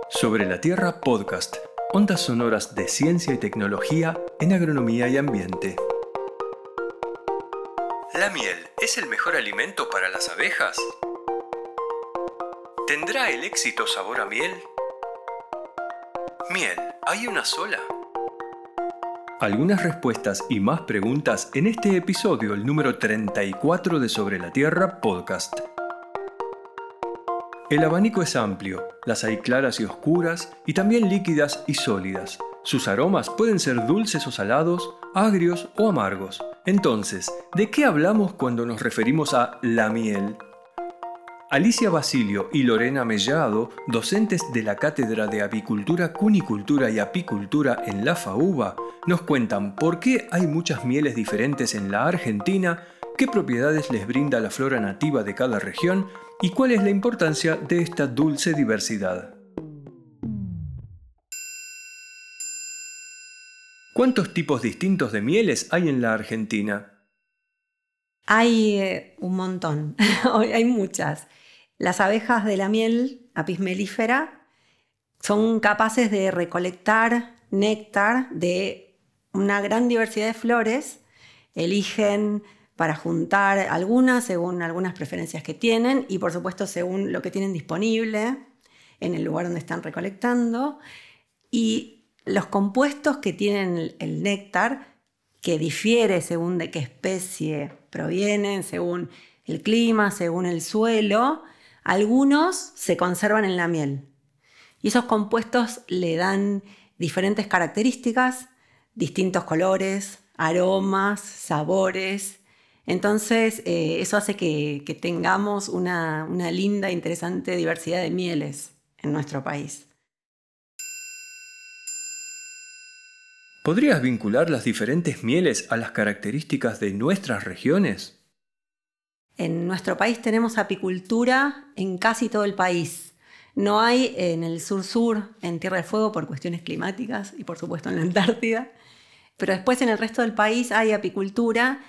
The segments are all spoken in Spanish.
Sobre la Tierra Podcast, ondas sonoras de ciencia y tecnología en agronomía y ambiente. ¿La miel es el mejor alimento para las abejas? ¿Tendrá el éxito sabor a miel? ¿Miel hay una sola? Algunas respuestas y más preguntas en este episodio, el número 34 de Sobre la Tierra Podcast. El abanico es amplio, las hay claras y oscuras, y también líquidas y sólidas. Sus aromas pueden ser dulces o salados, agrios o amargos. Entonces, ¿de qué hablamos cuando nos referimos a la miel? Alicia Basilio y Lorena Mellado, docentes de la Cátedra de Avicultura, Cunicultura y Apicultura en la FAUBA, nos cuentan por qué hay muchas mieles diferentes en la Argentina, qué propiedades les brinda la flora nativa de cada región y cuál es la importancia de esta dulce diversidad. ¿Cuántos tipos distintos de mieles hay en la Argentina? Hay un montón, hay muchas. Las abejas de la miel, Apis mellifera, son capaces de recolectar néctar de una gran diversidad de flores. Eligen para juntar algunas según algunas preferencias que tienen y por supuesto según lo que tienen disponible en el lugar donde están recolectando. Y los compuestos que tienen el néctar, que difiere según de qué especie provienen, según el clima, según el suelo, algunos se conservan en la miel. Y esos compuestos le dan diferentes características, distintos colores, aromas, sabores. Entonces, eso hace que tengamos una linda e interesante diversidad de mieles en nuestro país. ¿Podrías vincular las diferentes mieles a las características de nuestras regiones? En nuestro país tenemos apicultura en casi todo el país. No hay en el sur-sur, en Tierra del Fuego, por cuestiones climáticas y por supuesto en la Antártida. Pero después en el resto del país hay apicultura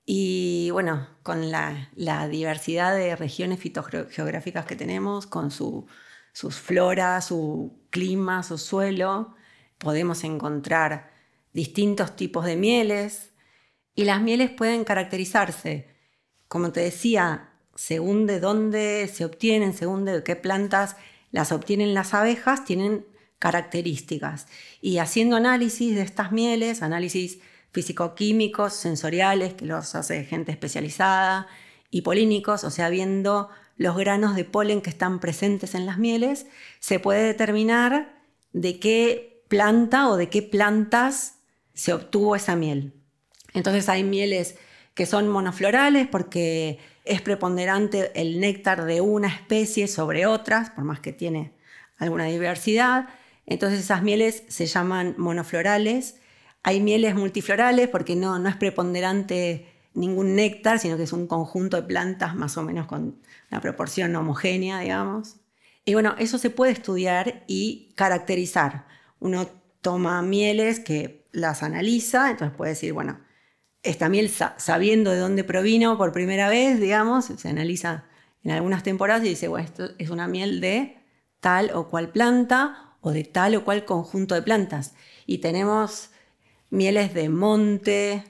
y bueno, con la diversidad de regiones fitogeográficas que tenemos, con sus floras, su clima, su suelo, podemos encontrar distintos tipos de mieles y las mieles pueden caracterizarse, como te decía, según de dónde se obtienen, según de qué plantas las obtienen las abejas, tienen características. Y haciendo análisis de estas mieles, análisis físico-químicos, sensoriales, que los hace gente especializada, y polínicos, o sea, viendo los granos de polen que están presentes en las mieles, se puede determinar de qué planta o de qué plantas se obtuvo esa miel. Entonces hay mieles que son monoflorales porque es preponderante el néctar de una especie sobre otras, por más que tiene alguna diversidad. Entonces esas mieles se llaman monoflorales. Hay mieles multiflorales porque no es preponderante ningún néctar, sino que es un conjunto de plantas más o menos con una proporción homogénea, digamos. Y bueno, eso se puede estudiar y caracterizar. Uno toma mieles que las analiza, entonces puede decir, bueno, esta miel, sabiendo de dónde provino por primera vez, digamos, se analiza en algunas temporadas y dice, bueno, esto es una miel de tal o cual planta o de tal o cual conjunto de plantas. Y tenemos mieles de monte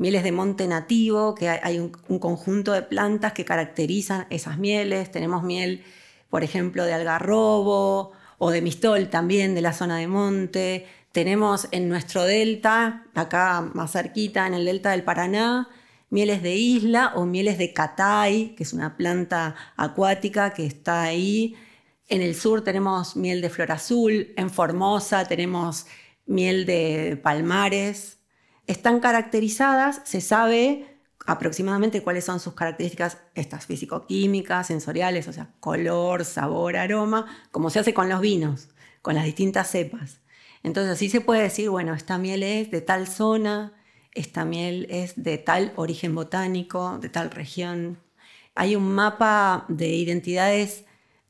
nativo, que hay un conjunto de plantas que caracterizan esas mieles. Tenemos miel, por ejemplo, de algarrobo o de mistol también, de la zona de monte. Tenemos en nuestro delta, acá más cerquita, en el delta del Paraná, mieles de isla o mieles de catay, que es una planta acuática que está ahí. En el sur tenemos miel de flor azul, en Formosa tenemos miel de palmares. Están caracterizadas, se sabe aproximadamente cuáles son sus características estas físico-químicas, sensoriales, o sea, color, sabor, aroma, como se hace con los vinos, con las distintas cepas. Entonces así se puede decir, bueno, esta miel es de tal zona, esta miel es de tal origen botánico, de tal región. Hay un mapa de identidades,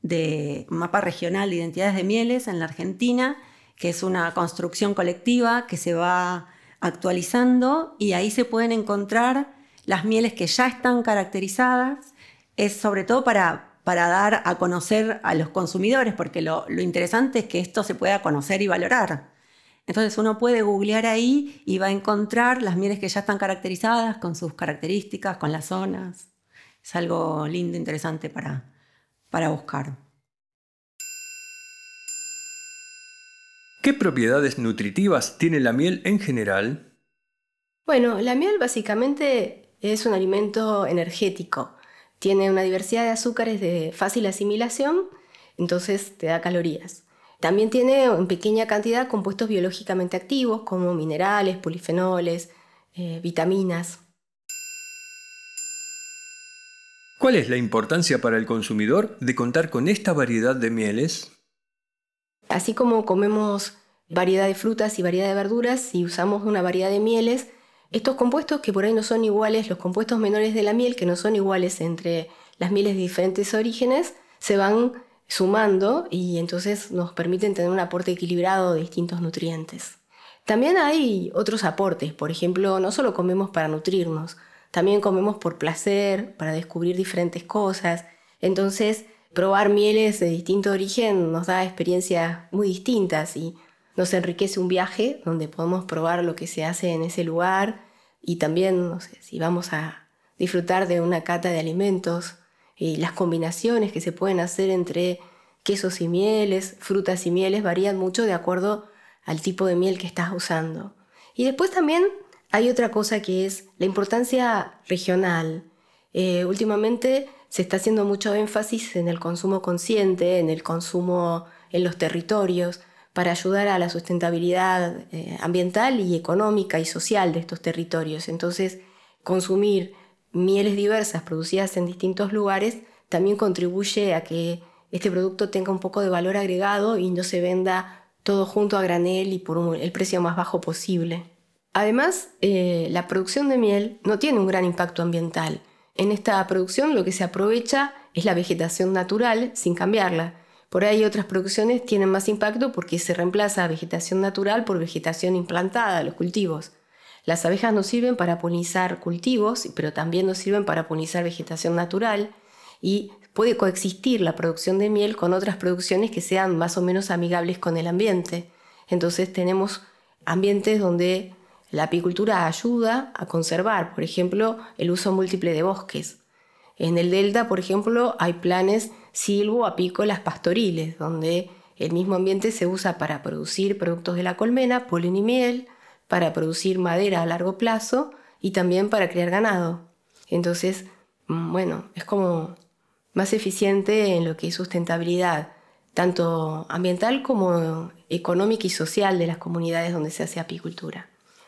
un mapa regional de identidades de mieles en la Argentina, que es una construcción colectiva que se va actualizando y ahí se pueden encontrar las mieles que ya están caracterizadas. Es sobre todo para para dar a conocer a los consumidores, porque lo interesante es que esto se pueda conocer y valorar. Entonces uno puede googlear ahí y va a encontrar las mieles que ya están caracterizadas con sus características, con las zonas. Es algo lindo, interesante para buscar. ¿Qué propiedades nutritivas tiene la miel en general? Bueno, la miel básicamente es un alimento energético. Tiene una diversidad de azúcares de fácil asimilación, entonces te da calorías. También tiene en pequeña cantidad compuestos biológicamente activos como minerales, polifenoles, vitaminas. ¿Cuál es la importancia para el consumidor de contar con esta variedad de mieles? Así como comemos variedad de frutas y variedad de verduras y usamos una variedad de mieles, estos compuestos que por ahí no son iguales, los compuestos menores de la miel que no son iguales entre las mieles de diferentes orígenes, se van sumando y entonces nos permiten tener un aporte equilibrado de distintos nutrientes. También hay otros aportes, por ejemplo, no solo comemos para nutrirnos, también comemos por placer, para descubrir diferentes cosas. Entonces, probar mieles de distinto origen nos da experiencias muy distintas y nos enriquece un viaje donde podemos probar lo que se hace en ese lugar y también, no sé, si vamos a disfrutar de una cata de alimentos y las combinaciones que se pueden hacer entre quesos y mieles, frutas y mieles varían mucho de acuerdo al tipo de miel que estás usando. Y después también hay otra cosa que es la importancia regional. Últimamente se está haciendo mucho énfasis en el consumo consciente, en el consumo en los territorios, para ayudar a la sustentabilidad ambiental y económica y social de estos territorios. Entonces, consumir mieles diversas producidas en distintos lugares también contribuye a que este producto tenga un poco de valor agregado y no se venda todo junto a granel y por el precio más bajo posible. Además, la producción de miel no tiene un gran impacto ambiental. En esta producción lo que se aprovecha es la vegetación natural sin cambiarla. Por ahí otras producciones tienen más impacto porque se reemplaza vegetación natural por vegetación implantada, los cultivos. Las abejas nos sirven para polinizar cultivos, pero también nos sirven para polinizar vegetación natural y puede coexistir la producción de miel con otras producciones que sean más o menos amigables con el ambiente. Entonces tenemos ambientes donde la apicultura ayuda a conservar, por ejemplo, el uso múltiple de bosques. En el delta, por ejemplo, hay planes silvo-apícolas pastoriles, donde el mismo ambiente se usa para producir productos de la colmena, polen y miel, para producir madera a largo plazo y también para criar ganado. Entonces, bueno, es como más eficiente en lo que es sustentabilidad, tanto ambiental como económica y social de las comunidades donde se hace apicultura.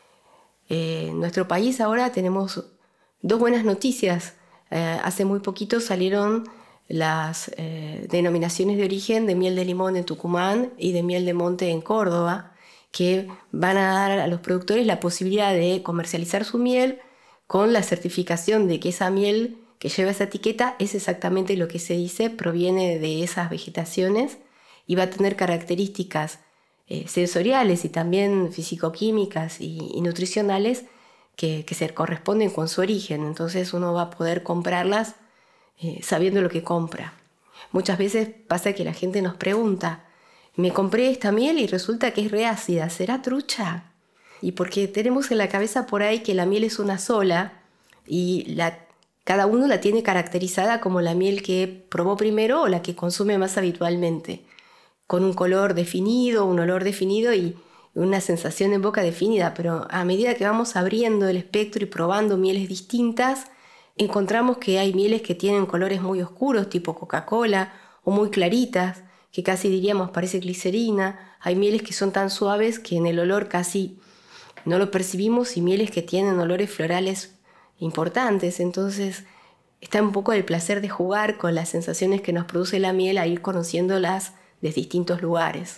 En nuestro país ahora tenemos dos buenas noticias. Hace muy poquito salieron las denominaciones de origen de miel de limón en Tucumán y de miel de monte en Córdoba, que van a dar a los productores la posibilidad de comercializar su miel con la certificación de que esa miel que lleva esa etiqueta es exactamente lo que se dice, proviene de esas vegetaciones y va a tener características sensoriales y también fisicoquímicas y nutricionales que se corresponden con su origen. Entonces uno va a poder comprarlas sabiendo lo que compra. Muchas veces pasa que la gente nos pregunta: me compré esta miel y resulta que es re ácida, ¿será trucha? Y porque tenemos en la cabeza por ahí que la miel es una sola y cada uno la tiene caracterizada como la miel que probó primero o la que consume más habitualmente, con un color definido, un olor definido y una sensación en boca definida, pero a medida que vamos abriendo el espectro y probando mieles distintas, encontramos que hay mieles que tienen colores muy oscuros, tipo Coca-Cola, o muy claritas, que casi diríamos parece glicerina. Hay mieles que son tan suaves que en el olor casi no lo percibimos y mieles que tienen olores florales importantes. Entonces está un poco el placer de jugar con las sensaciones que nos produce la miel, a ir conociéndolas de distintos lugares.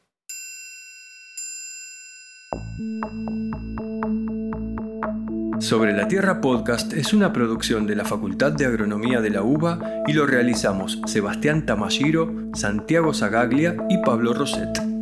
Sobre la Tierra Podcast es una producción de la Facultad de Agronomía de la UBA y lo realizamos Sebastián Tamashiro, Santiago Zagaglia y Pablo Roset.